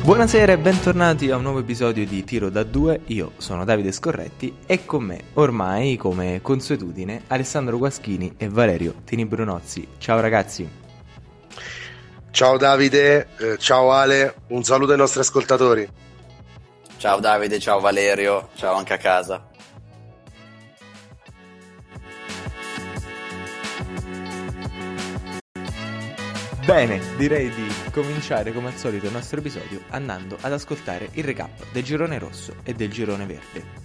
Buonasera e bentornati a un nuovo episodio di Tiro da 2, io sono Davide Scorretti e con me, ormai come consuetudine, Alessandro Guaschini e Valerio Tini Brunozzi. Ciao ragazzi. Ciao Davide, ciao Ale, un saluto ai nostri ascoltatori. Ciao Davide, ciao Valerio, ciao anche a casa. Bene, direi di cominciare come al solito il nostro episodio andando ad ascoltare il recap del girone rosso e del girone verde.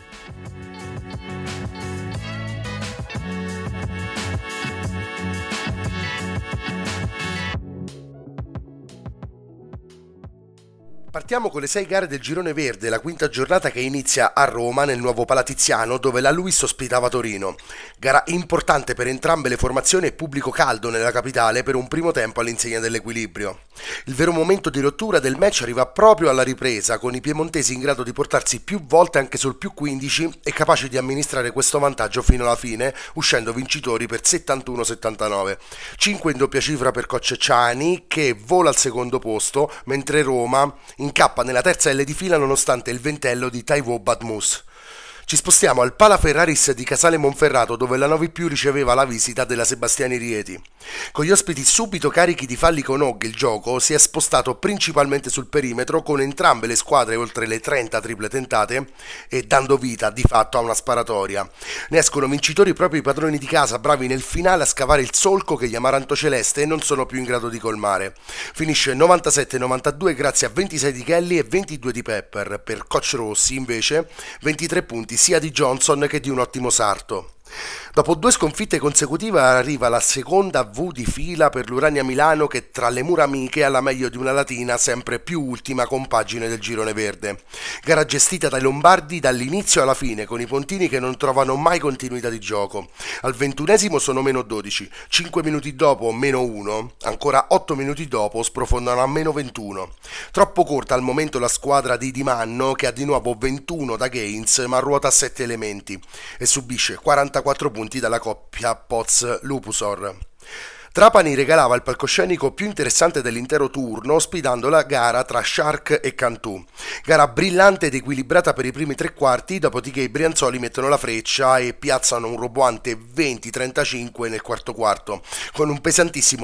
Partiamo con le 6 gare del girone verde, la quinta giornata che inizia a Roma nel nuovo Palatiziano dove la Luis ospitava Torino. Gara importante per entrambe le formazioni e pubblico caldo nella capitale per un primo tempo all'insegna dell'equilibrio. Il vero momento di rottura del match arriva proprio alla ripresa, con i piemontesi in grado di portarsi più volte anche sul più 15 e capaci di amministrare questo vantaggio fino alla fine, uscendo vincitori per 71-79. 5 in doppia cifra per Cocciani che vola al secondo posto, mentre Roma incappa nella terza L di fila nonostante il ventello di Taiwo Badmus. Ci spostiamo al Pala Ferraris di Casale Monferrato dove la 9+ riceveva la visita della Sebastiani Rieti. Con gli ospiti subito carichi di falli con Hogg, il gioco si è spostato principalmente sul perimetro con entrambe le squadre oltre le 30 triple tentate e dando vita di fatto a una sparatoria. Ne escono vincitori proprio i padroni di casa, bravi nel finale a scavare il solco che gli amaranto-celeste non sono più in grado di colmare. Finisce 97-92 grazie a 26 di Kelly e 22 di Pepper. Per Coach Rossi invece 23 punti sia di Johnson che di un ottimo Sarto. Dopo 2 sconfitte consecutive arriva la seconda V di fila per l'Urania Milano che tra le mura amiche ha la meglio di una latina sempre più ultima compagine del girone verde. Gara gestita dai lombardi dall'inizio alla fine con i pontini che non trovano mai continuità di gioco. Al 21esimo sono meno 12, 5 minuti dopo meno 1, ancora 8 minuti dopo sprofondano a meno 21. Troppo corta al momento la squadra di Di Manno che ha di nuovo 21 da Gaines ma ruota a 7 elementi e subisce 44 punti dalla coppia Poz-Lupusor. Trapani regalava il palcoscenico più interessante dell'intero turno ospitando la gara tra Shark e Cantù. Gara brillante ed equilibrata per i primi 3 quarti, dopodiché i brianzoli mettono la freccia e piazzano un roboante 20-35 nel quarto quarto, con un pesantissimo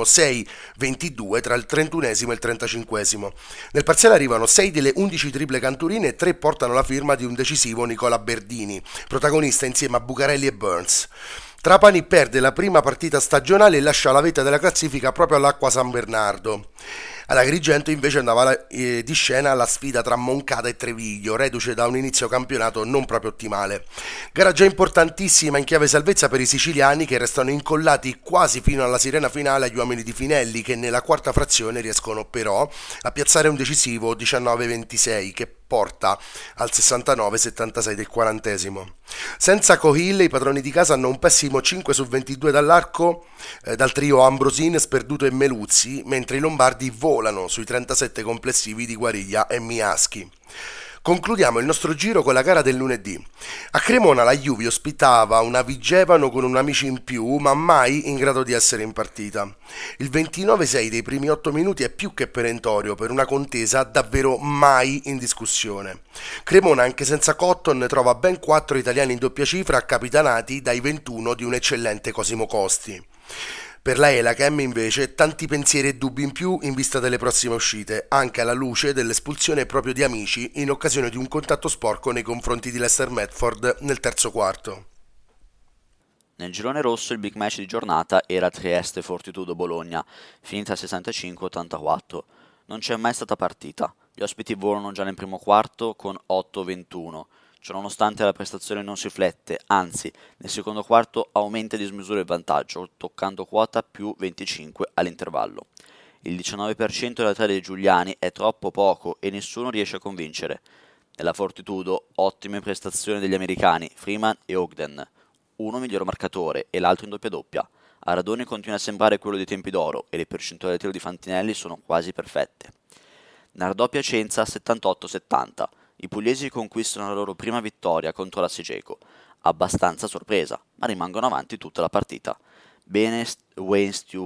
6-22 tra il 31esimo e il 35esimo. Nel parziale arrivano 6 delle 11 triple canturine e 3 portano la firma di un decisivo Nicola Berdini, protagonista insieme a Bucarelli e Burns. Trapani perde la prima partita stagionale e lascia la vetta della classifica proprio all'Acqua San Bernardo. Ad Agrigento invece andava di scena la sfida tra Moncada e Treviglio, reduce da un inizio campionato non proprio ottimale. Gara già importantissima in chiave salvezza per i siciliani che restano incollati quasi fino alla sirena finale agli uomini di Finelli che nella quarta frazione riescono però a piazzare un decisivo 19-26 che porta al 69-76 del 40esimo. Senza Cohill i padroni di casa hanno un pessimo 5 su 22 dall'arco dal trio Ambrosin, Sperduto e Meluzzi, mentre i lombardi volano sui 37 complessivi di Guariglia e Miaschi. Concludiamo il nostro giro con la gara del lunedì. A Cremona la Juve ospitava una Vigevano con un amici in più, ma mai in grado di essere in partita. Il 29-6 dei primi 8 minuti è più che perentorio per una contesa davvero mai in discussione. Cremona, anche senza Cotton, trova ben 4 italiani in doppia cifra capitanati dai 21 di un eccellente Cosimo Costi. Per la Elachem invece tanti pensieri e dubbi in più in vista delle prossime uscite, anche alla luce dell'espulsione proprio di Amici in occasione di un contatto sporco nei confronti di Lester Medford nel terzo quarto. Nel girone rosso il big match di giornata era Trieste Fortitudo Bologna, finita 65-84. Non c'è mai stata partita, gli ospiti volano già nel primo quarto con 8-21. Ciononostante la prestazione non si riflette, anzi, nel secondo quarto aumenta di smisura il vantaggio, toccando quota più 25 all'intervallo. Il 19% della tre dei Giuliani è troppo poco e nessuno riesce a convincere. Nella Fortitudo, ottime prestazioni degli americani, Freeman e Ogden. Uno miglior marcatore e l'altro in doppia doppia. Aradoni continua a sembrare quello dei tempi d'oro e le percentuali di tiro di Fantinelli sono quasi perfette. Nardò Piacenza 78-70. I pugliesi conquistano la loro prima vittoria contro la Segeco, abbastanza sorpresa, ma rimangono avanti tutta la partita. Bene Wayne Stewart,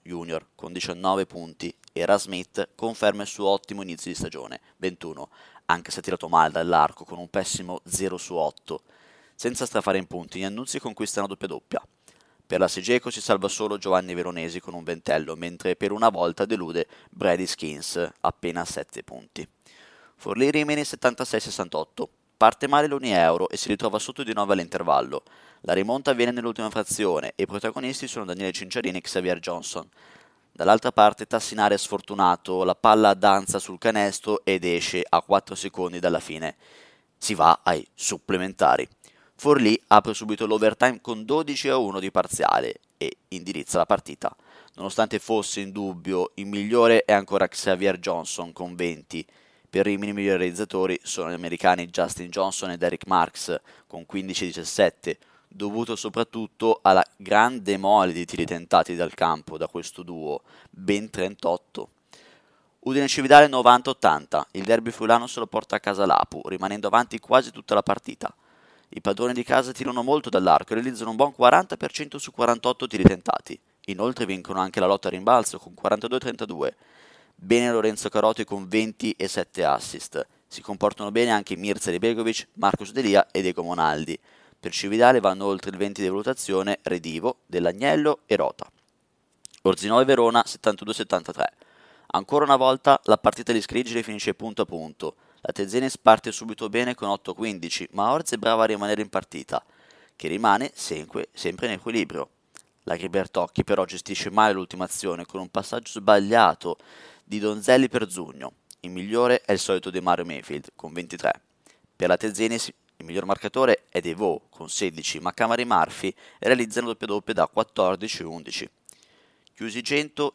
Jr. con 19 punti e Erasmith conferma il suo ottimo inizio di stagione, 21, anche se ha tirato male dall'arco con un pessimo 0 su 8. Senza strafare in punti, gli Annunzi conquistano doppia doppia. Per la Segeco si salva solo Giovanni Veronesi con un ventello, mentre per una volta delude Brady Skins, appena 7 punti. Forlì Rimini 76-68. Parte male l'Unieuro e si ritrova sotto di nuovo all'intervallo. La rimonta avviene nell'ultima frazione e i protagonisti sono Daniele Cinciarini e Xavier Johnson. Dall'altra parte Tassinari è sfortunato, la palla danza sul canestro ed esce a 4 secondi dalla fine. Si va ai supplementari. Forlì apre subito l'overtime con 12-1 di parziale e indirizza la partita. Nonostante fosse in dubbio, il migliore è ancora Xavier Johnson con 20. Per Rimini i migliori realizzatori sono gli americani Justin Johnson ed Eric Marks con 15-17, dovuto soprattutto alla grande mole di tiri tentati dal campo da questo duo, ben 38. Udine Cividale 90-80, il derby friulano se lo porta a casa l'Apu, rimanendo avanti quasi tutta la partita. I padroni di casa tirano molto dall'arco e realizzano un buon 40% su 48 tiri tentati. Inoltre vincono anche la lotta a rimbalzo con 42-32. Bene Lorenzo Caroti con 20 e 7 assist. Si comportano bene anche Mirza Begovic, Marcus Delia e Diego Monaldi. Per Cividale vanno oltre il 20 di valutazione Redivo, Dell'Agnello e Rota. Orzinova e Verona 72-73. Ancora una volta la partita di scrigile finisce punto a punto. La Tezenis parte subito bene con 8-15, ma Orz è brava a rimanere in partita, che rimane sempre in equilibrio. La Ghibertocchi però gestisce male l'ultima azione con un passaggio sbagliato di Donzelli per Zugno. Il migliore è il solito De Mario Mayfield con 23. Per la Tezenis il miglior marcatore è Devo con 16, ma Camari e Murphy realizzano doppia doppia da 14-11. Chiusi 100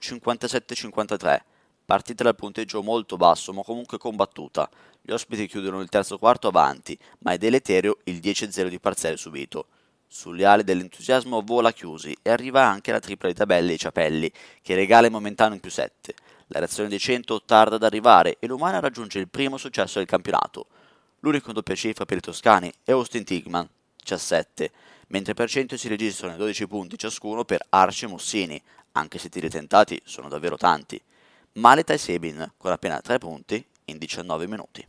57-53. Partita dal punteggio molto basso ma comunque combattuta. Gli ospiti chiudono il terzo quarto avanti, ma è deleterio il 10-0 di parziale subito. Sulle ali dell'entusiasmo vola Chiusi e arriva anche la tripla di Tabelli e Ciapelli, che regala il momentaneo in più 7. La reazione dei 100 tarda ad arrivare e l'Umana raggiunge il primo successo del campionato. L'unico in doppia cifra per i toscani è Austin Tigman, 17, mentre per 100 si registrano 12 punti ciascuno per Arce e Mussini, anche se i tiri tentati sono davvero tanti. Maleta e Sebin con appena 3 punti in 19 minuti.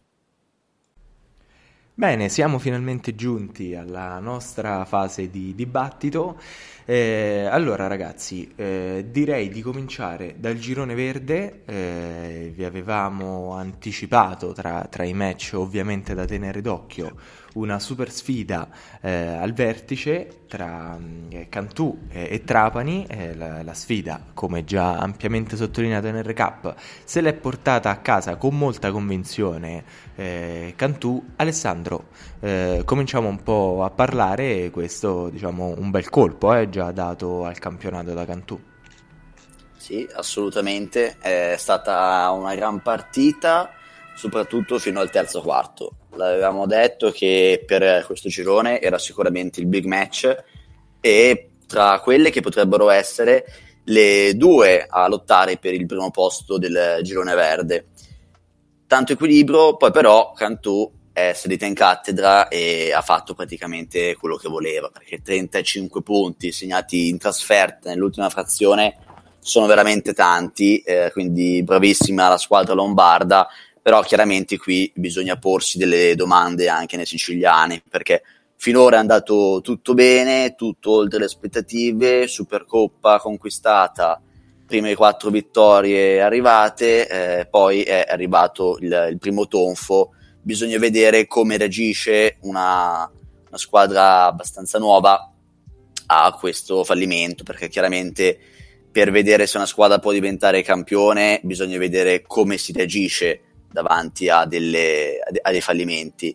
Bene, siamo finalmente giunti alla nostra fase di dibattito. Allora ragazzi, direi di cominciare dal girone verde. Vi avevamo anticipato tra i match ovviamente da tenere d'occhio una super sfida al vertice tra Cantù e Trapani. La sfida, come già ampiamente sottolineato nel recap, se l'è portata a casa con molta convinzione Cantù. Alessandro, cominciamo un po' a parlare. Questo, diciamo, un bel colpo già dato al campionato da Cantù. Sì, assolutamente, è stata una gran partita, soprattutto fino al terzo quarto. L'avevamo detto che per questo girone era sicuramente il big match e tra quelle che potrebbero essere le due a lottare per il primo posto del girone verde. Tanto equilibrio, poi però Cantù è salita in cattedra e ha fatto praticamente quello che voleva, perché 35 punti segnati in trasferta nell'ultima frazione sono veramente tanti, quindi bravissima la squadra lombarda, però chiaramente qui bisogna porsi delle domande anche nei siciliani, perché finora è andato tutto bene, tutto oltre le aspettative, Supercoppa conquistata, prime 4 vittorie arrivate, poi è arrivato il primo tonfo. Bisogna vedere come reagisce una squadra abbastanza nuova a questo fallimento, perché chiaramente per vedere se una squadra può diventare campione bisogna vedere come si reagisce davanti a dei fallimenti,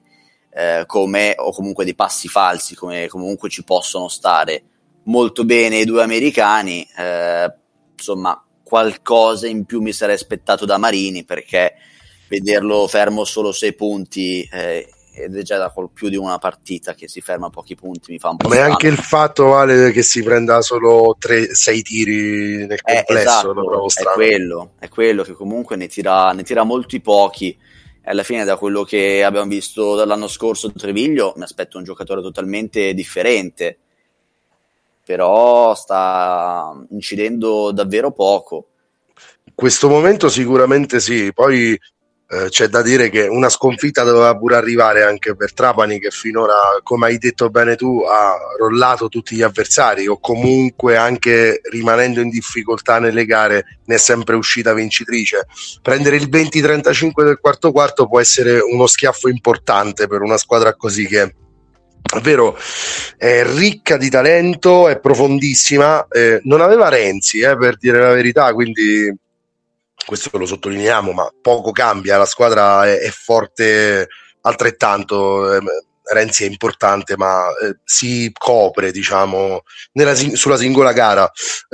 o comunque dei passi falsi, come comunque ci possono stare. Molto bene i due americani, insomma qualcosa in più mi sarei aspettato da Marini, perché vederlo fermo solo 6 punti ed è già da più di una partita che si ferma a pochi punti mi fa un po' ma è anche il fatto, Vale, che si prenda solo 6 tiri nel complesso, esatto, è quello che comunque ne tira molti pochi. Alla fine, da quello che abbiamo visto dall'anno scorso Treviglio, mi aspetto un giocatore totalmente differente. però sta incidendo davvero poco. In questo momento sicuramente sì, poi c'è da dire che una sconfitta doveva pure arrivare anche per Trapani, che finora, come hai detto bene tu, ha rollato tutti gli avversari, o comunque, anche rimanendo in difficoltà nelle gare, ne è sempre uscita vincitrice. Prendere il 20-35 del quarto quarto può essere uno schiaffo importante per una squadra così, che è vero, è ricca di talento, è profondissima, non aveva Renzi, per dire la verità, quindi questo lo sottolineiamo, ma poco cambia, la squadra è forte altrettanto. Renzi è importante, ma si copre, diciamo, sulla singola gara.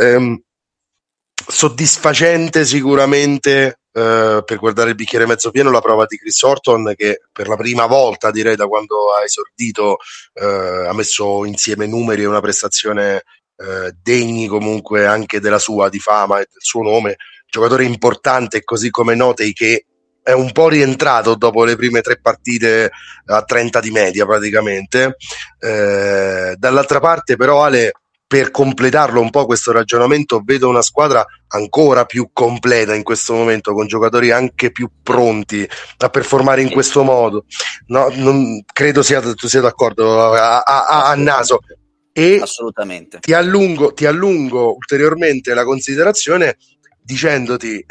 Soddisfacente sicuramente, per guardare il bicchiere mezzo pieno, la prova di Chris Horton, che per la prima volta, direi da quando ha esordito, ha messo insieme numeri e una prestazione degni comunque anche della sua, di fama e del suo nome. Giocatore importante, così come Notei, che è un po' rientrato dopo le prime 3 partite a 30 di media praticamente. Dall'altra parte però, Ale, per completarlo un po' questo ragionamento, vedo una squadra ancora più completa in questo momento, con giocatori anche più pronti a performare in questo modo. No, non credo tu sia d'accordo a naso. E Assolutamente. Ti allungo ulteriormente la considerazione dicendoti,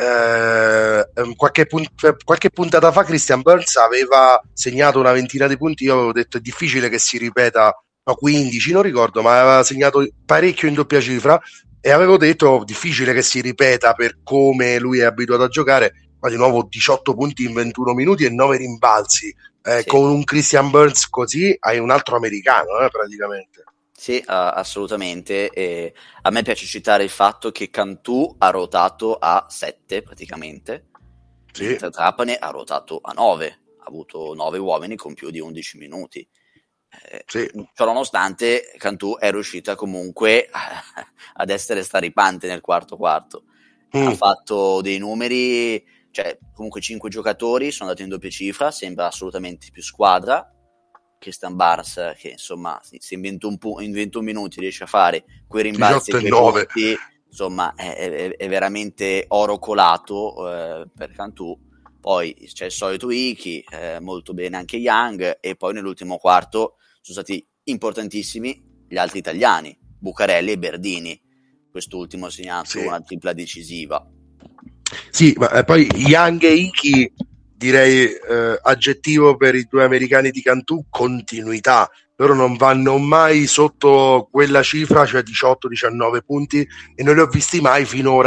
qualche puntata fa Christian Burns aveva segnato una ventina di punti. Io avevo detto è difficile che si ripeta, no, 15 non ricordo, ma aveva segnato parecchio in doppia cifra, e avevo detto difficile che si ripeta per come lui è abituato a giocare. Ma di nuovo 18 punti in 21 minuti e 9 rimbalzi, Sì. con un Christian Burns così hai un altro americano, praticamente. Sì, assolutamente. E a me piace citare il fatto che Cantù ha ruotato a 7 praticamente, Sì. mentre Trapani ha ruotato a 9, ha avuto 9 uomini con più di 11 minuti. Sì. Ciò nonostante, Cantù è riuscita comunque ad essere straripante nel quarto quarto. Ha fatto dei numeri, cioè comunque 5 giocatori sono andati in doppia cifra, sembra assolutamente più squadra. Christian Barnes, che insomma se in 21 minuti riesce a fare quei rimbalzi e quei punti, insomma è veramente oro colato per Cantù. Poi c'è il solito Iki, molto bene anche Young, e poi nell'ultimo quarto sono stati importantissimi gli altri italiani, Bucarelli e Berdini. Quest'ultimo ha segnato una tripla decisiva. Sì, ma poi Young e Iki, direi aggettivo per i 2 americani di Cantù: continuità. Loro non vanno mai sotto quella cifra, cioè 18-19 punti, e non li abbiamo visti mai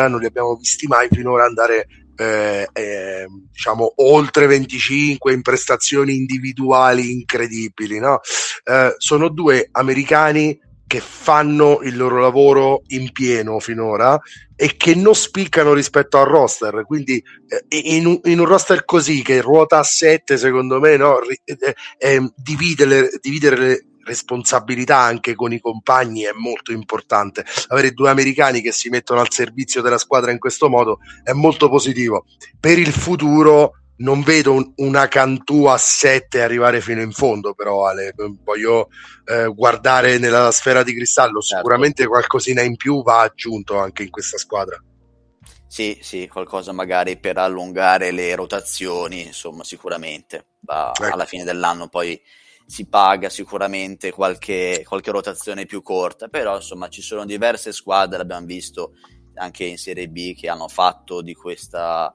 finora andare diciamo oltre 25 in prestazioni individuali incredibili, no? Sono 2 americani che fanno il loro lavoro in pieno finora e che non spiccano rispetto al roster, quindi in un roster così, che ruota a 7, secondo me, no? Dividere le responsabilità anche con i compagni è molto importante. Avere 2 americani che si mettono al servizio della squadra in questo modo è molto positivo. Per il futuro non vedo una Cantù a 7 arrivare fino in fondo, però, Ale, voglio guardare nella sfera di cristallo. Sicuramente qualcosina in più va aggiunto anche in questa squadra. Sì, qualcosa magari per allungare le rotazioni, insomma, sicuramente. Alla fine dell'anno poi si paga sicuramente qualche rotazione più corta, però insomma ci sono diverse squadre, l'abbiamo visto anche in Serie B, che hanno fatto di questa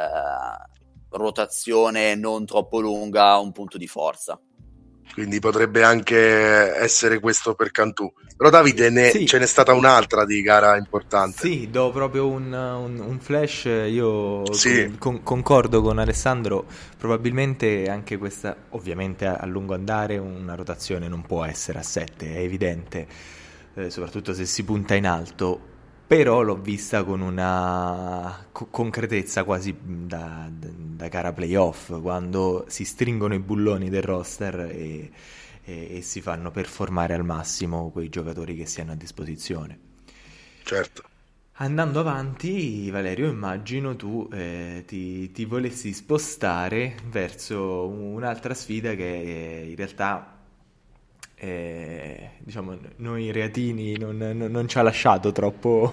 rotazione non troppo lunga un punto di forza. Quindi potrebbe anche essere questo per Cantù. Però Davide, ce n'è stata un'altra di gara importante. Sì, do proprio un flash. Io concordo con Alessandro. Probabilmente anche questa, ovviamente a lungo andare, una rotazione non può essere a 7, è evidente, soprattutto se si punta in alto. Però l'ho vista con una concretezza quasi da gara playoff, quando si stringono i bulloni del roster e si fanno performare al massimo quei giocatori che si hanno a disposizione. Certo. Andando avanti, Valerio, immagino tu ti volessi spostare verso un'altra sfida che in realtà diciamo, noi reatini non ci ha lasciato troppo,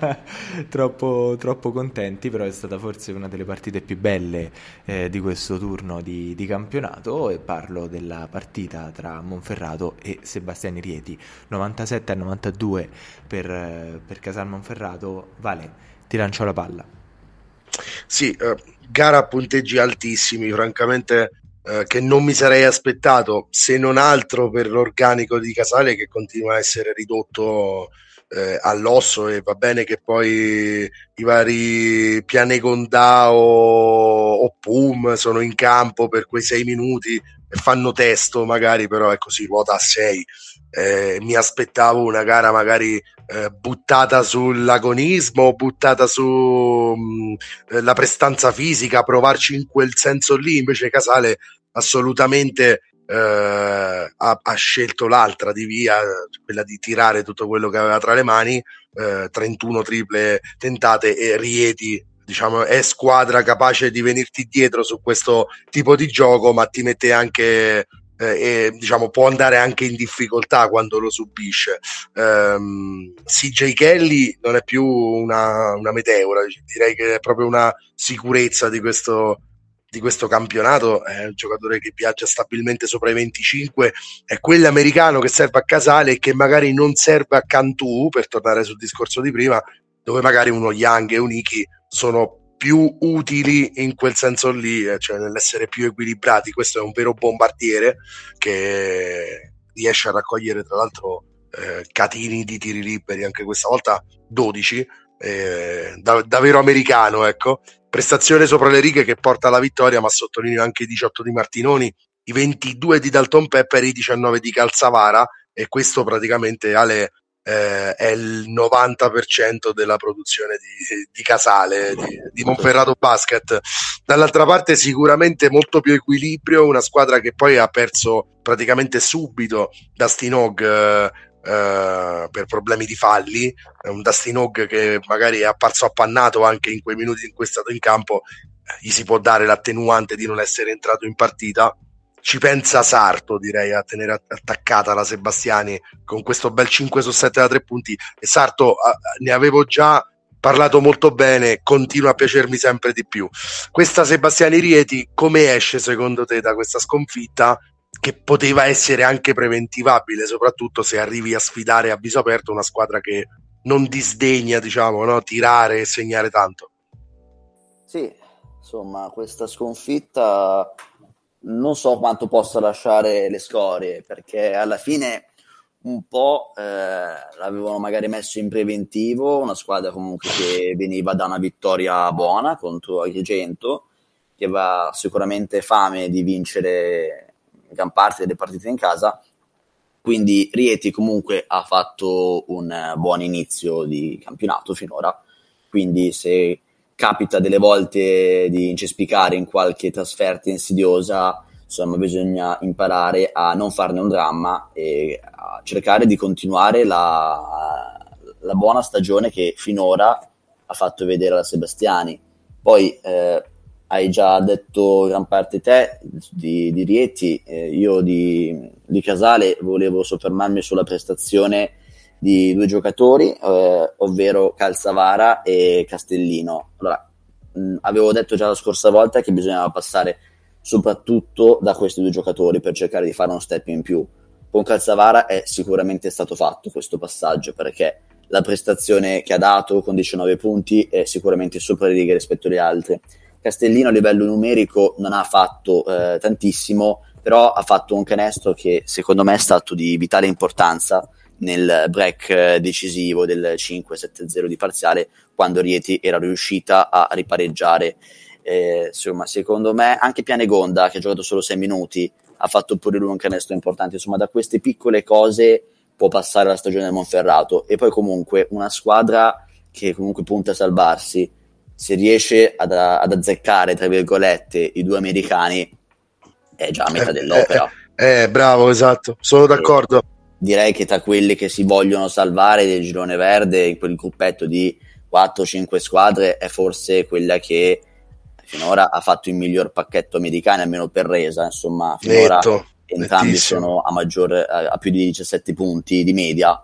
troppo contenti, però è stata forse una delle partite più belle di questo turno di campionato, e parlo della partita tra Monferrato e Sebastiani Rieti, 97-92 per Casal Monferrato. Vale, ti lancio la palla. Sì, gara a punteggi altissimi, francamente che non mi sarei aspettato, se non altro per l'organico di Casale, che continua a essere ridotto all'osso, e va bene che poi i vari Pianegondà o Pum sono in campo per quei 6 minuti e fanno testo magari, però ecco, si ruota a 6. Mi aspettavo una gara magari buttata sull'agonismo, buttata su la prestanza fisica, provarci in quel senso lì. Invece Casale assolutamente ha scelto l'altra di via, quella di tirare tutto quello che aveva tra le mani, 31 triple tentate, e Rieti, diciamo, è squadra capace di venirti dietro su questo tipo di gioco, ma ti mette anche diciamo, può andare anche in difficoltà quando lo subisce. CJ Kelly non è più una meteora, direi che è proprio una sicurezza di questo campionato. È un giocatore che viaggia stabilmente sopra i 25, è quell'americano che serve a Casale e che magari non serve a Cantù, per tornare sul discorso di prima, dove magari uno Young e un Iki sono più utili in quel senso lì, cioè nell'essere più equilibrati. Questo è un vero bombardiere che riesce a raccogliere, tra l'altro, catini di tiri liberi, anche questa volta 12, davvero americano, ecco. Prestazione sopra le righe che porta alla vittoria, ma sottolineo anche i 18 di Martinoni, i 22 di Dalton Pepper, i 19 di Calzavara, e questo praticamente, Ale, è il 90% della produzione di Casale, di Monferrato Basket. Dall'altra parte sicuramente molto più equilibrio, una squadra che poi ha perso praticamente subito Dustin Hogg per problemi di falli, un Dustin Hogg che magari è apparso appannato anche in quei minuti in cui è stato in campo. Gli si può dare l'attenuante di non essere entrato in partita. Ci pensa Sarto, direi, a tenere attaccata la Sebastiani con questo bel 5 su 7 da 3 punti, e Sarto ne avevo già parlato molto bene, continua a piacermi sempre di più. Questa Sebastiani Rieti come esce secondo te da questa sconfitta, che poteva essere anche preventivabile, soprattutto se arrivi a sfidare a viso aperto una squadra che non disdegna, diciamo, no, tirare e segnare tanto? Sì, insomma, questa sconfitta non so quanto possa lasciare le scorie, perché alla fine un po' l'avevano magari messo in preventivo, una squadra comunque che veniva da una vittoria buona contro Agrigento, che aveva sicuramente fame di vincere gran parte delle partite in casa, quindi Rieti comunque ha fatto un buon inizio di campionato finora, quindi se capita delle volte di incespicare in qualche trasferta insidiosa, insomma bisogna imparare a non farne un dramma e a cercare di continuare la buona stagione che finora ha fatto vedere la Sebastiani. Poi hai già detto gran parte te di Rieti, io di Casale volevo soffermarmi sulla prestazione di due giocatori, ovvero Calzavara e Castellino. Allora, avevo detto già la scorsa volta che bisognava passare soprattutto da questi due giocatori per cercare di fare uno step in più. Con Calzavara è sicuramente stato fatto questo passaggio, perché la prestazione che ha dato con 19 punti è sicuramente sopra le righe rispetto alle altre. Castellino a livello numerico non ha fatto tantissimo, però ha fatto un canestro che secondo me è stato di vitale importanza nel break decisivo del 5-7-0 di parziale, quando Rieti era riuscita a ripareggiare. Insomma, secondo me anche Pianegonda, che ha giocato solo 6 minuti, ha fatto pure lui un canestro importante. Insomma, da queste piccole cose può passare la stagione del Monferrato. E poi comunque una squadra che comunque punta a salvarsi, se riesce ad azzeccare, tra virgolette, i due americani, è già a metà dell'opera. Bravo, esatto, sono d'accordo. Direi che tra quelli che si vogliono salvare del girone verde, in quel gruppetto di 4-5 squadre, è forse quella che finora ha fatto il miglior pacchetto americano, almeno per resa. Insomma, finora entrambi nettissimo. sono a più di 17 punti di media.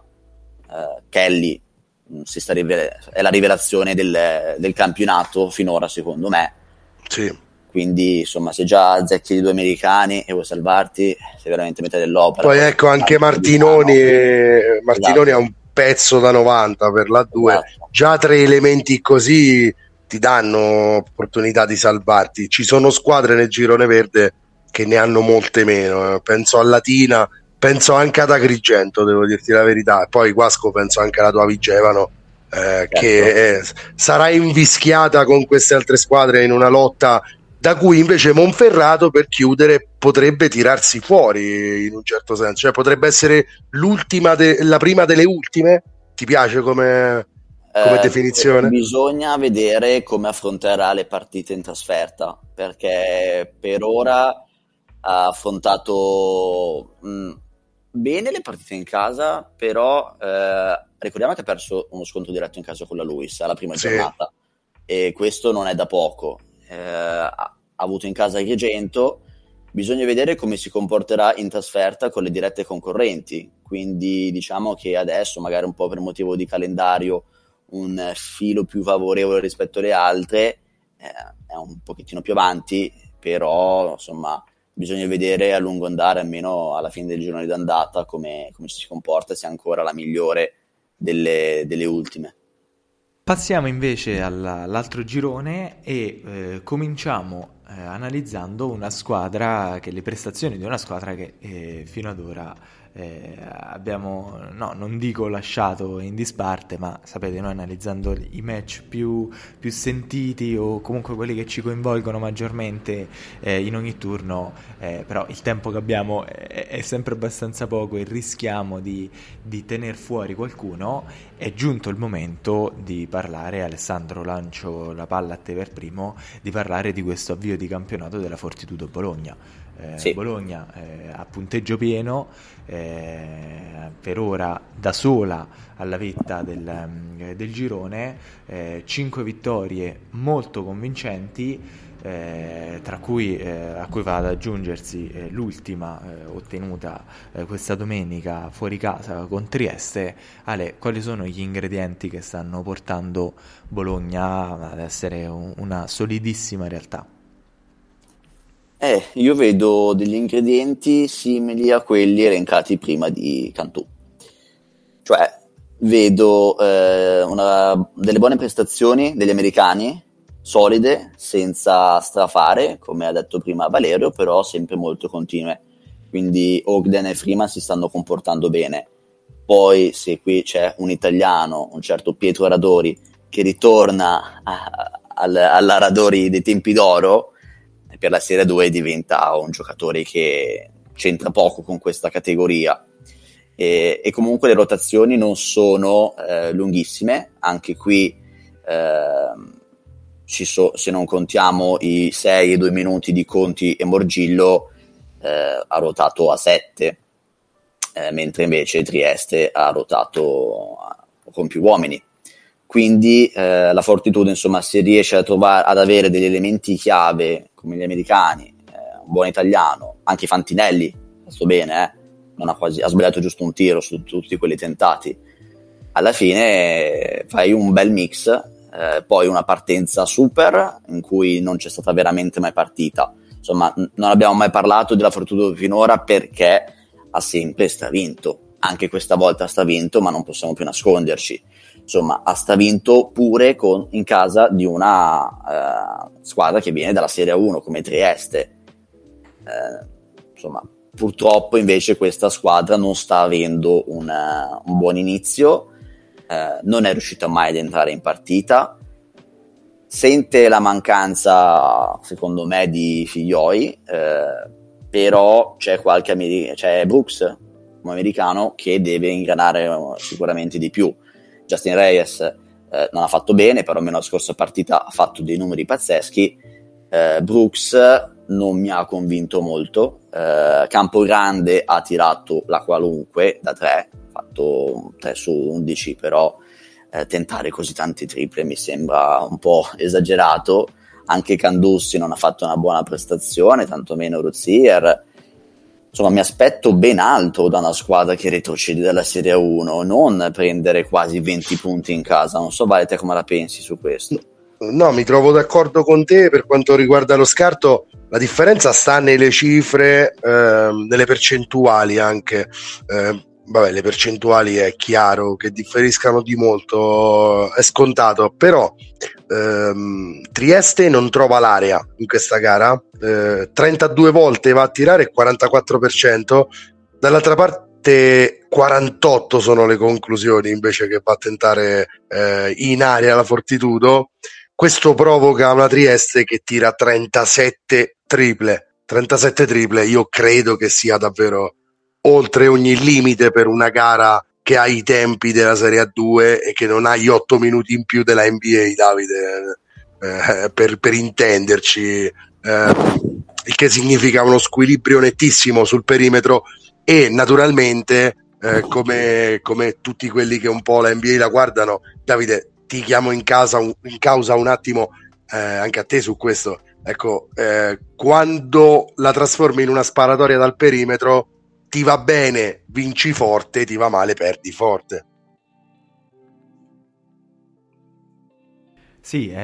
Kelly è la rivelazione del campionato finora, secondo me. Sì. Quindi insomma, se già azzecchi i due americani e vuoi salvarti, sei veramente metà dell'opera. Poi ecco, anche Martinoni Esatto. ha un pezzo da 90 per la 2. Esatto. Già 3 elementi così ti danno opportunità di salvarti. Ci sono squadre nel girone verde che ne hanno molte meno. Penso a Latina, penso anche ad Agrigento, devo dirti la verità. Poi Guasco penso anche alla tua Vigevano, che sarà invischiata con queste altre squadre in una lotta da cui invece Monferrato, per chiudere, potrebbe tirarsi fuori in un certo senso, cioè potrebbe essere la prima delle ultime. Ti piace come definizione? Bisogna vedere come affronterà le partite in trasferta, perché per ora ha affrontato bene le partite in casa, però ricordiamo che ha perso uno scontro diretto in casa con la Luis alla prima giornata, e questo non è da poco. Ha avuto in casa Agrigento, bisogna vedere come si comporterà in trasferta con le dirette concorrenti, quindi diciamo che adesso magari un po' per motivo di calendario un filo più favorevole rispetto alle altre, è un pochettino più avanti, però insomma bisogna vedere a lungo andare, almeno alla fine del girone d'andata, come si comporta, se è ancora la migliore delle ultime. Passiamo invece all'altro girone e cominciamo analizzando una squadra, le prestazioni di una squadra che fino ad ora abbiamo, no, non dico lasciato in disparte, ma sapete, noi analizzando i match più sentiti o comunque quelli che ci coinvolgono maggiormente in ogni turno, però il tempo che abbiamo è sempre abbastanza poco e rischiamo di tener fuori qualcuno. È giunto il momento di parlare, Alessandro, lancio la palla a te per primo, di parlare di questo avvio di campionato della Fortitudo Bologna. Sì. Bologna a punteggio pieno, per ora da sola alla vetta del girone, 5 vittorie molto convincenti, a cui va ad aggiungersi l'ultima ottenuta questa domenica fuori casa con Trieste. Ale, quali sono gli ingredienti che stanno portando Bologna ad essere una solidissima realtà? Io vedo degli ingredienti simili a quelli elencati prima di Cantù. Cioè, vedo delle buone prestazioni degli americani, solide, senza strafare, come ha detto prima Valerio, però sempre molto continue. Quindi Ogden e Freeman si stanno comportando bene. Poi, se qui c'è un italiano, un certo Pietro Radori, che ritorna alla Radori dei tempi d'oro, per la Serie 2 diventa un giocatore che c'entra poco con questa categoria. E comunque le rotazioni non sono lunghissime, anche qui se non contiamo i 6 e 2 minuti di Conti e Morgillo, ha rotato a 7, mentre invece Trieste ha rotato con più uomini. Quindi la Fortitudo, insomma, se riesce ad avere degli elementi chiave come gli americani, un buon italiano, anche Fantinelli, sto bene, non ha sbagliato giusto un tiro su tutti quelli tentati, alla fine fai un bel mix, poi una partenza super in cui non c'è stata veramente mai partita. Insomma, non abbiamo mai parlato della Fortitudo finora perché ha sempre stravinto, anche questa volta ha stravinto, ma non possiamo più nasconderci. Insomma, ha stravinto pure in casa di una squadra che viene dalla Serie 1 come Trieste. Insomma, purtroppo invece questa squadra non sta avendo un buon inizio, non è riuscita mai ad entrare in partita, sente la mancanza, secondo me, di Figlioi, però c'è Brooks, un americano, che deve ingranare sicuramente di più. Justin Reyes non ha fatto bene, però almeno la scorsa partita ha fatto dei numeri pazzeschi. Brooks non mi ha convinto molto. Campogrande ha tirato la qualunque da 3, ha fatto 3 su 11, però tentare così tanti triple mi sembra un po' esagerato. Anche Candussi non ha fatto una buona prestazione, tantomeno Ruzier. insomma, mi aspetto ben altro da una squadra che retrocede dalla Serie 1, non prendere quasi 20 punti in casa. Non so, Vale, te come la pensi su questo? No, mi trovo d'accordo con te per quanto riguarda lo scarto. La differenza sta nelle cifre, nelle percentuali anche. Vabbè, le percentuali è chiaro che differiscano di molto, è scontato, però Trieste non trova l'area in questa gara, 32 volte va a tirare il 44%, dall'altra parte 48 sono le conclusioni invece che va a tentare in area la Fortitudo. Questo provoca una Trieste che tira 37 triple. 37 triple, io credo che sia davvero oltre ogni limite per una gara che ha i tempi della Serie A2 e che non ha gli 8 minuti in più della NBA, Davide, per intenderci, il che significa uno squilibrio nettissimo sul perimetro e naturalmente, come tutti quelli che un po' la NBA la guardano, Davide, ti chiamo in causa un attimo, anche a te su questo. Ecco, quando la trasformi in una sparatoria dal perimetro, ti va bene, vinci forte, ti va male, perdi forte. Sì, è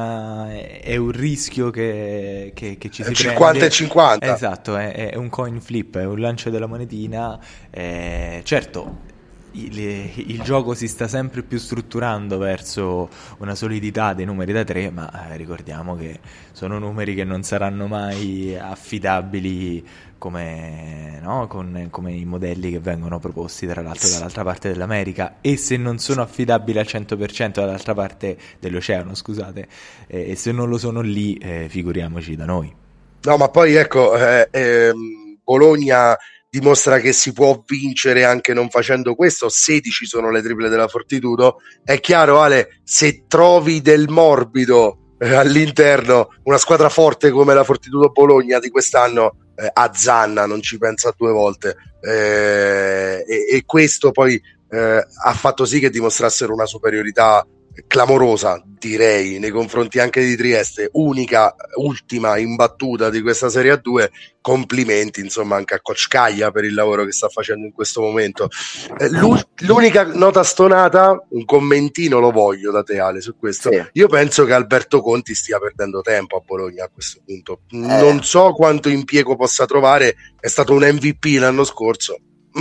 un rischio che ci si 50 prende. e 50. Esatto, è un coin flip, è un lancio della monetina. Certo, il gioco si sta sempre più strutturando verso una solidità dei numeri da 3, ma ricordiamo che sono numeri che non saranno mai affidabili come, no? Come i modelli che vengono proposti tra l'altro dall'altra parte dell'America, e se non sono affidabili al 100% dall'altra parte dell'oceano, scusate, e se non lo sono lì, figuriamoci da noi. No, ma poi ecco, Bologna dimostra che si può vincere anche non facendo questo. 16 sono le triple della Fortitudo. È chiaro, Ale, se trovi del morbido all'interno, una squadra forte come la Fortitudo Bologna di quest'anno azzanna, non ci pensa due volte, e questo poi ha fatto sì che dimostrassero una superiorità clamorosa, direi, nei confronti anche di Trieste, ultima imbattuta di questa Serie A2. Complimenti insomma anche a Coach Caglia per il lavoro che sta facendo in questo momento. L'unica nota stonata, un commentino lo voglio da te, Ale, su questo. Sì. Io penso che Alberto Conti stia perdendo tempo a Bologna a questo punto. Non so quanto impiego possa trovare, è stato un MVP l'anno scorso.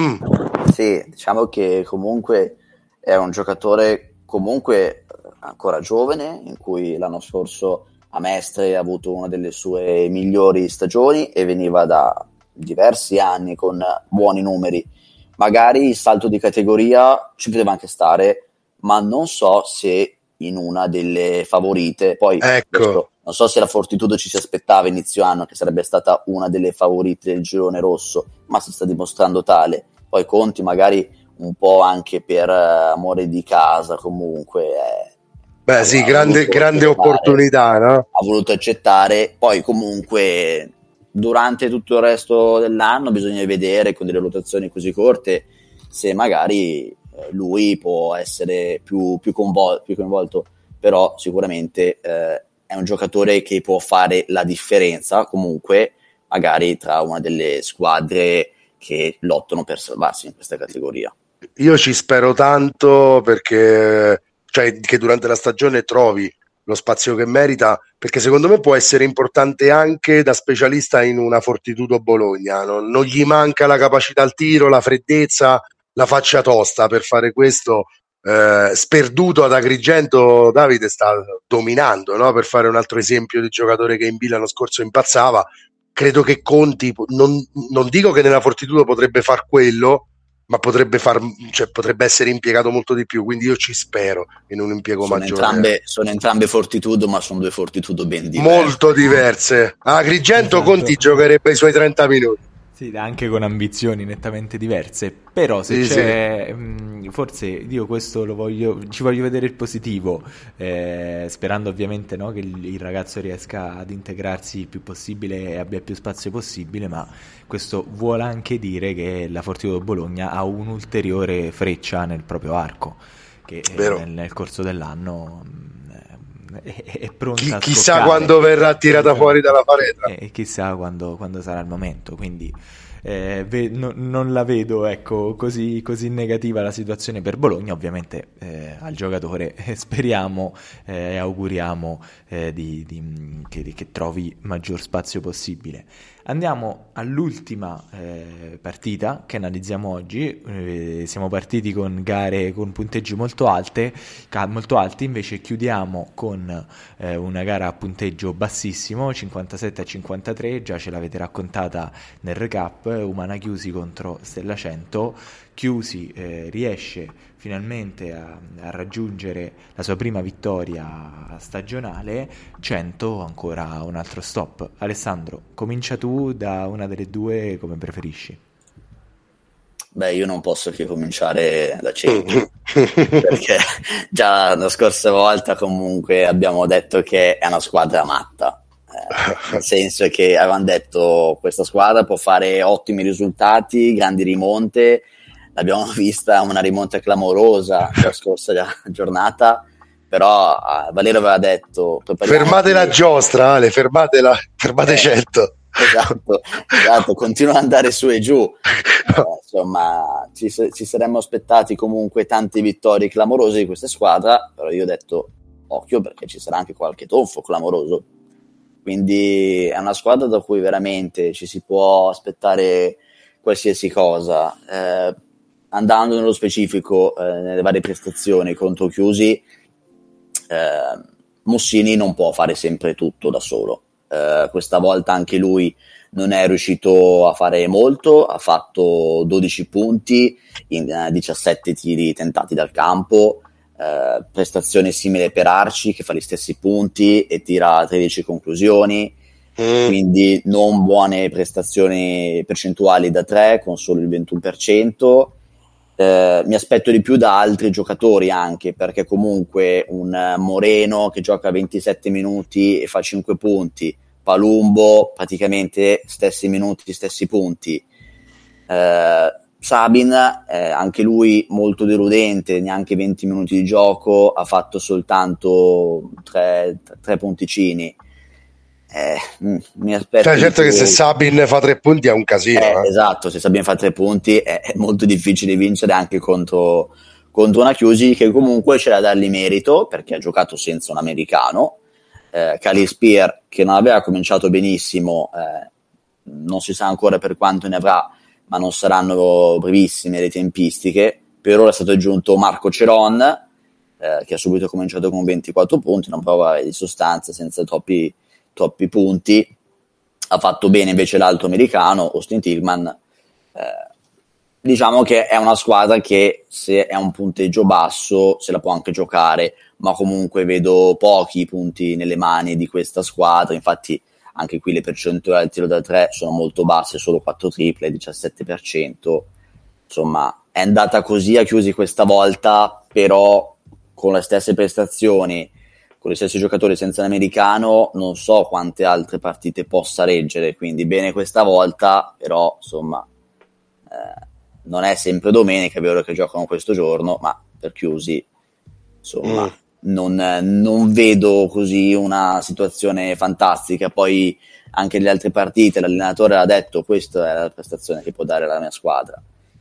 Sì, diciamo che comunque è un giocatore comunque ancora giovane, in cui l'anno scorso a Mestre ha avuto una delle sue migliori stagioni e veniva da diversi anni con buoni numeri. Magari il salto di categoria ci poteva anche stare, ma non so se in una delle favorite. Poi ecco, non so se la Fortitudo ci si aspettava inizio anno che sarebbe stata una delle favorite del girone rosso, ma si sta dimostrando tale. Poi Conti magari un po' anche per amore di casa, comunque sì, grande opportunità, no? Ha voluto accettare. Poi comunque durante tutto il resto dell'anno bisogna vedere, con delle rotazioni così corte, se magari lui può essere più coinvolto, però sicuramente è un giocatore che può fare la differenza comunque magari tra una delle squadre che lottano per salvarsi in questa categoria. Io ci spero tanto, perché cioè che durante la stagione trovi lo spazio che merita, perché secondo me può essere importante anche da specialista in una Fortitudo Bologna. Non gli manca la capacità al tiro, la freddezza, la faccia tosta per fare questo. Sperduto ad Agrigento, Davide sta dominando, no? Per fare un altro esempio di giocatore che in B l'anno scorso impazzava. Credo che Conti, non dico che nella Fortitudo potrebbe far quello, ma potrebbe essere impiegato molto di più, quindi io ci spero in un impiego maggiore. Sono entrambe Fortitudo, ma sono due Fortitudo ben diverse. Molto diverse. A Agrigento, esatto. Conti giocherebbe i suoi 30 minuti. Sì, anche con ambizioni nettamente diverse, però se c'è, forse io questo ci voglio vedere il positivo, sperando ovviamente, no, che il ragazzo riesca ad integrarsi il più possibile e abbia più spazio possibile, ma questo vuole anche dire che la Fortitudo Bologna ha un'ulteriore freccia nel proprio arco, che nel corso dell'anno è pronta a chissà quando verrà tirata fuori dalla palestra e chissà quando sarà il momento, quindi non la vedo, ecco, così negativa la situazione per Bologna. Ovviamente al giocatore speriamo e auguriamo che trovi maggior spazio possibile. Andiamo all'ultima partita che analizziamo oggi. Siamo partiti con gare con punteggi molto alti, invece chiudiamo con una gara a punteggio bassissimo, 57-53, già ce l'avete raccontata nel recap. Umana Chiusi contro Stella 100. Chiusi riesce finalmente a raggiungere la sua prima vittoria stagionale. 100 ancora un altro stop. Alessandro, comincia tu da una delle due, come preferisci. Beh, io non posso che cominciare da 100 perché già la scorsa volta comunque abbiamo detto che è una squadra matta, nel senso che avevamo detto questa squadra può fare ottimi risultati, grandi rimonte. L'abbiamo vista una rimonta clamorosa la scorsa giornata, però Valerio aveva detto fermate la giostra, Ale, fermate 100. Esatto, continua ad andare su e giù. Insomma, ci saremmo aspettati comunque tante vittorie clamorose di questa squadra, però io ho detto occhio perché ci sarà anche qualche tonfo clamoroso. Quindi è una squadra da cui veramente ci si può aspettare qualsiasi cosa. Andando nello specifico nelle varie prestazioni contro Chiusi, Mussini non può fare sempre tutto da solo. Questa volta anche lui non è riuscito a fare molto, ha fatto 12 punti in 17 tiri tentati dal campo, prestazione simile per Arci che fa gli stessi punti e tira 13 conclusioni, quindi non buone prestazioni percentuali da 3 con solo il 21%. Mi aspetto di più da altri giocatori anche, perché comunque un Moreno che gioca 27 minuti e fa 5 punti, Palumbo praticamente stessi minuti, stessi punti, Sabin anche lui molto deludente, neanche 20 minuti di gioco, ha fatto soltanto 3 punticini. Mi aspetto certo che se Sabin fa 3 punti è un casino. Esatto, se Sabin fa 3 punti è molto difficile vincere anche contro una Chiusi che comunque c'è da dargli merito perché ha giocato senza un americano. Khalil Spear che non aveva cominciato benissimo, non si sa ancora per quanto ne avrà, ma non saranno brevissime le tempistiche. Per ora è stato aggiunto Marco Ceron che ha subito cominciato con 24 punti, una prova di sostanza senza troppi punti. Ha fatto bene invece l'altro americano Austin Tillman. Diciamo che è una squadra che se è un punteggio basso se la può anche giocare, ma comunque vedo pochi punti nelle mani di questa squadra. Infatti anche qui le percentuali al tiro da 3 sono molto basse, solo 4 triple, 17%. Insomma è andata così a Chiusi questa volta, però con le stesse prestazioni, con gli stessi giocatori senza l'americano, non so quante altre partite possa reggere, quindi bene questa volta, però insomma non è sempre domenica, è vero che giocano questo giorno, ma per Chiusi insomma non vedo così una situazione fantastica. Poi anche nelle altre partite l'allenatore ha detto questa è la prestazione che può dare la mia squadra.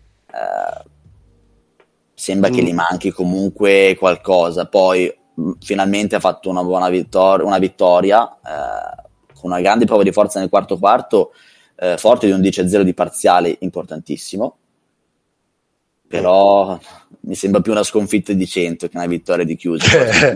Sembra che gli manchi comunque qualcosa. Poi finalmente ha fatto una buona vittoria con una grande prova di forza nel quarto quarto, forte di un 10-0 di parziale importantissimo, però mi sembra più una sconfitta di 100 che una vittoria di Chiusi.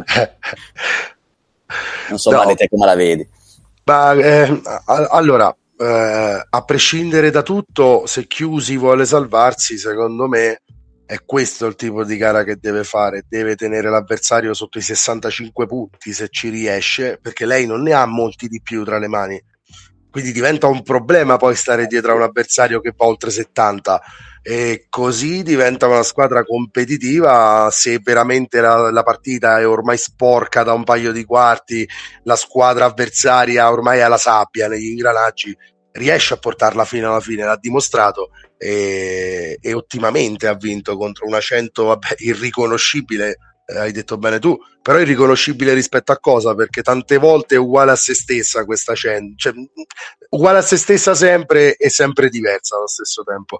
Non so, Vale, te come la vedi? Allora, a prescindere da tutto, se Chiusi vuole salvarsi, secondo me è questo il tipo di gara che deve fare. Deve tenere l'avversario sotto i 65 punti se ci riesce, perché lei non ne ha molti di più tra le mani, quindi diventa un problema poi stare dietro a un avversario che va oltre 70, e così diventa una squadra competitiva. Se veramente la partita è ormai sporca da un paio di quarti, la squadra avversaria ormai ha la sabbia negli ingranaggi, riesce a portarla fino alla fine, l'ha dimostrato, e ottimamente ha vinto contro una 100 irriconoscibile hai detto bene tu, però è riconoscibile rispetto a cosa? Perché tante volte è uguale a se stessa questa cioè, uguale a se stessa sempre e sempre diversa allo stesso tempo.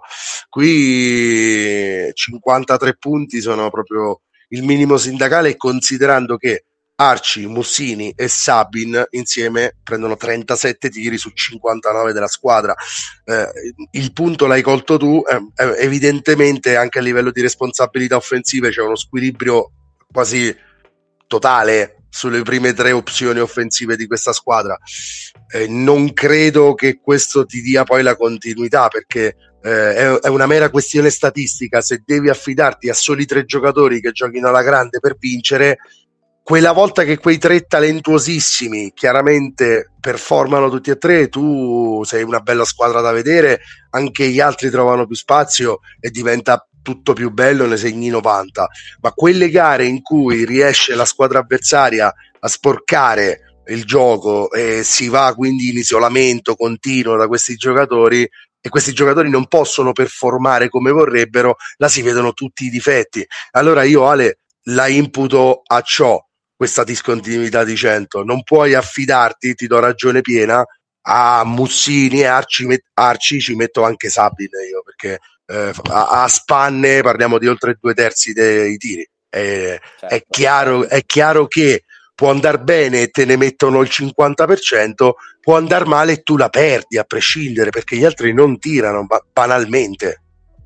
Qui 53 punti sono proprio il minimo sindacale, considerando che Arci, Mussini e Sabin insieme prendono 37 tiri su 59 della squadra. Il punto l'hai colto tu, evidentemente anche a livello di responsabilità offensive c'è uno squilibrio quasi totale sulle prime tre opzioni offensive di questa squadra. Non credo che questo ti dia poi la continuità, perché è una mera questione statistica. Se devi affidarti a soli 3 giocatori che giochino alla grande per vincere, quella volta che quei 3 talentuosissimi chiaramente performano tutti e 3, tu sei una bella squadra da vedere, anche gli altri trovano più spazio e diventa tutto più bello, ne segni 90. Ma quelle gare in cui riesce la squadra avversaria a sporcare il gioco e si va quindi in isolamento continuo da questi giocatori, e questi giocatori non possono performare come vorrebbero, là si vedono tutti i difetti. Allora io, Ale, la imputo a ciò, questa discontinuità di 100. Non puoi affidarti, ti do ragione piena, a Mussini e Arci ci metto anche Sabine io, perché a spanne parliamo di oltre 2/3 dei tiri. Certo. È chiaro che può andare bene e te ne mettono il 50%, può andare male e tu la perdi a prescindere, perché gli altri non tirano banalmente.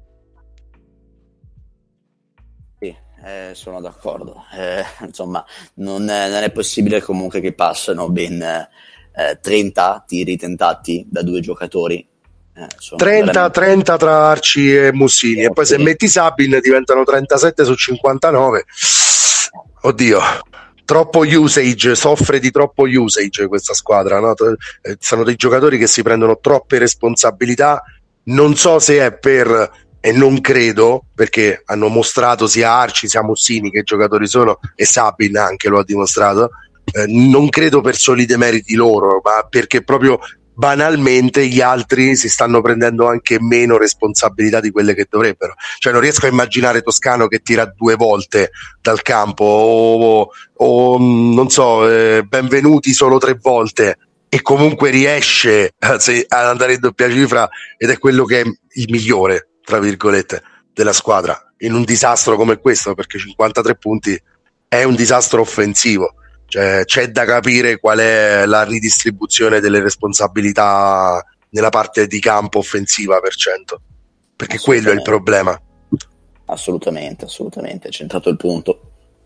Sì, sono d'accordo. Insomma, non è possibile comunque che passano ben 30 tiri tentati da 2 giocatori. 30 tra Arci e Mussini, e poi se metti Sabin diventano 37 su 59. Oddio, troppo usage, soffre di troppo usage questa squadra, no? Sono dei giocatori che si prendono troppe responsabilità. Non so se è per, e non credo, perché hanno mostrato sia Arci sia Mussini che giocatori sono, e Sabin anche lo ha dimostrato, non credo per soli demeriti loro, ma perché proprio banalmente gli altri si stanno prendendo anche meno responsabilità di quelle che dovrebbero. Cioè non riesco a immaginare Toscano che tira 2 volte dal campo, o non so, Benvenuti solo 3 volte e comunque riesce ad andare in doppia cifra, ed è quello che è il migliore, tra virgolette, della squadra in un disastro come questo, perché 53 punti è un disastro offensivo. Cioè, c'è da capire qual è la ridistribuzione delle responsabilità nella parte di campo offensiva per 100, perché quello è il problema. Assolutamente, hai centrato il punto.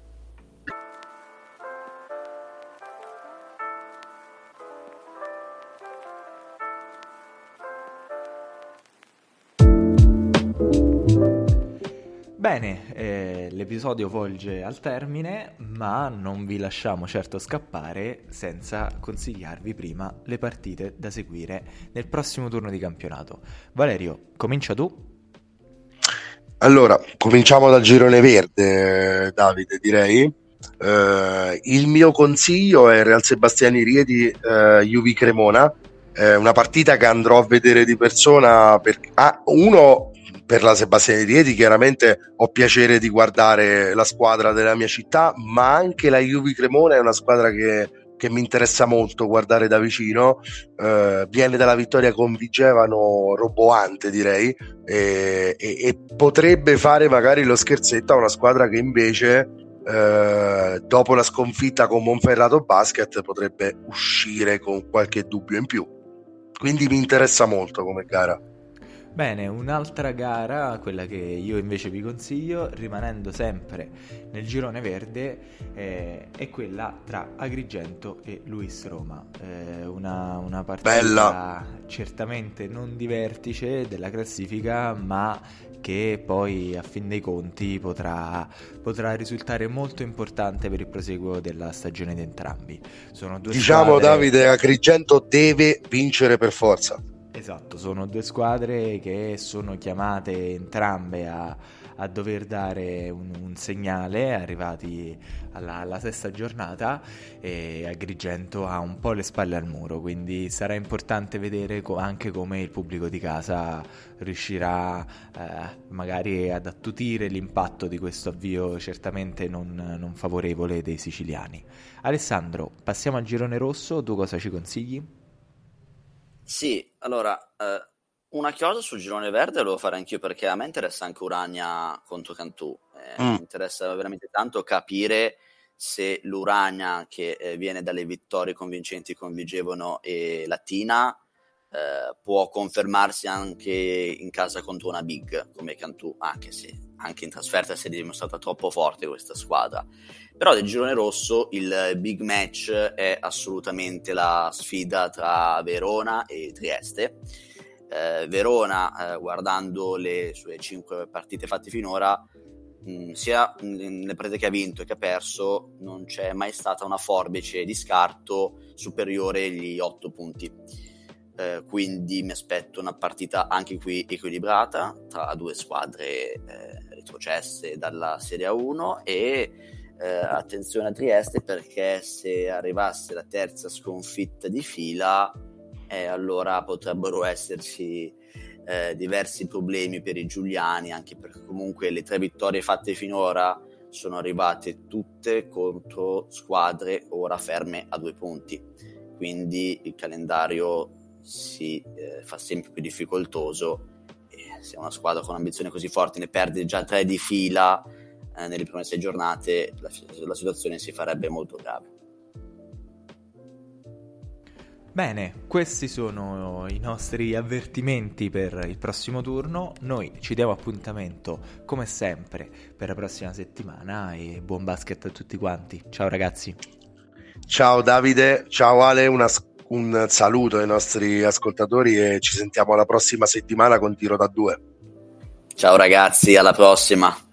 Bene, l'episodio volge al termine, ma non vi lasciamo certo scappare senza consigliarvi prima le partite da seguire nel prossimo turno di campionato. Valerio, comincia tu. Allora, cominciamo dal girone verde, Davide, direi. Il mio consiglio è Real Sebastiani Rieti, Juve Cremona, una partita che andrò a vedere di persona per la Sebastiani Rieti chiaramente ho piacere di guardare la squadra della mia città, ma anche la Juve Cremona è una squadra che mi interessa molto guardare da vicino. Viene dalla vittoria con Vigevano roboante, direi, e potrebbe fare magari lo scherzetto a una squadra che invece dopo la sconfitta con Monferrato Basket potrebbe uscire con qualche dubbio in più, quindi mi interessa molto come gara. Bene, un'altra gara, quella che io invece vi consiglio, rimanendo sempre nel girone verde, è quella tra Agrigento e Luis Roma. Una partita bella, certamente non di vertice della classifica, ma che poi a fin dei conti potrà risultare molto importante per il proseguo della stagione di entrambi. Sono due squadre... Davide, Agrigento deve vincere per forza. Esatto, sono due squadre che sono chiamate entrambe a dover dare un segnale, arrivati alla sesta giornata, e Agrigento ha un po' le spalle al muro, quindi sarà importante vedere anche come il pubblico di casa riuscirà magari ad attutire l'impatto di questo avvio certamente non favorevole dei siciliani. Alessandro, passiamo al girone rosso, tu cosa ci consigli? Sì, allora, una chiosa sul girone verde lo farei anch'io, perché a me interessa anche Urania contro Cantù. Mi interessa veramente tanto capire se l'Urania, che viene dalle vittorie convincenti con Vigevano e Latina, può confermarsi anche in casa contro una big come Cantù, anche se anche in trasferta si è dimostrata troppo forte questa squadra. Però del girone rosso il big match è assolutamente la sfida tra Verona e Trieste. Verona, guardando le sue 5 partite fatte finora, sia nelle partite che ha vinto che ha perso, non c'è mai stata una forbice di scarto superiore agli 8 punti. Quindi mi aspetto una partita anche qui equilibrata tra due squadre retrocesse dalla Serie A1 e attenzione a Trieste, perché se arrivasse la terza sconfitta di fila allora potrebbero esserci diversi problemi per i giuliani, anche perché comunque le 3 vittorie fatte finora sono arrivate tutte contro squadre ora ferme a 2 punti, quindi il calendario si fa sempre più difficoltoso, e se una squadra con ambizioni così forti ne perde già 3 di fila nelle prime 6 giornate, la situazione si farebbe molto grave. Bene, questi sono i nostri avvertimenti per il prossimo turno. Noi ci diamo appuntamento come sempre per la prossima settimana e buon basket a tutti quanti. Ciao ragazzi. Ciao Davide, ciao Ale, un saluto ai nostri ascoltatori e ci sentiamo la prossima settimana con Tiro da 2. Ciao ragazzi, alla prossima.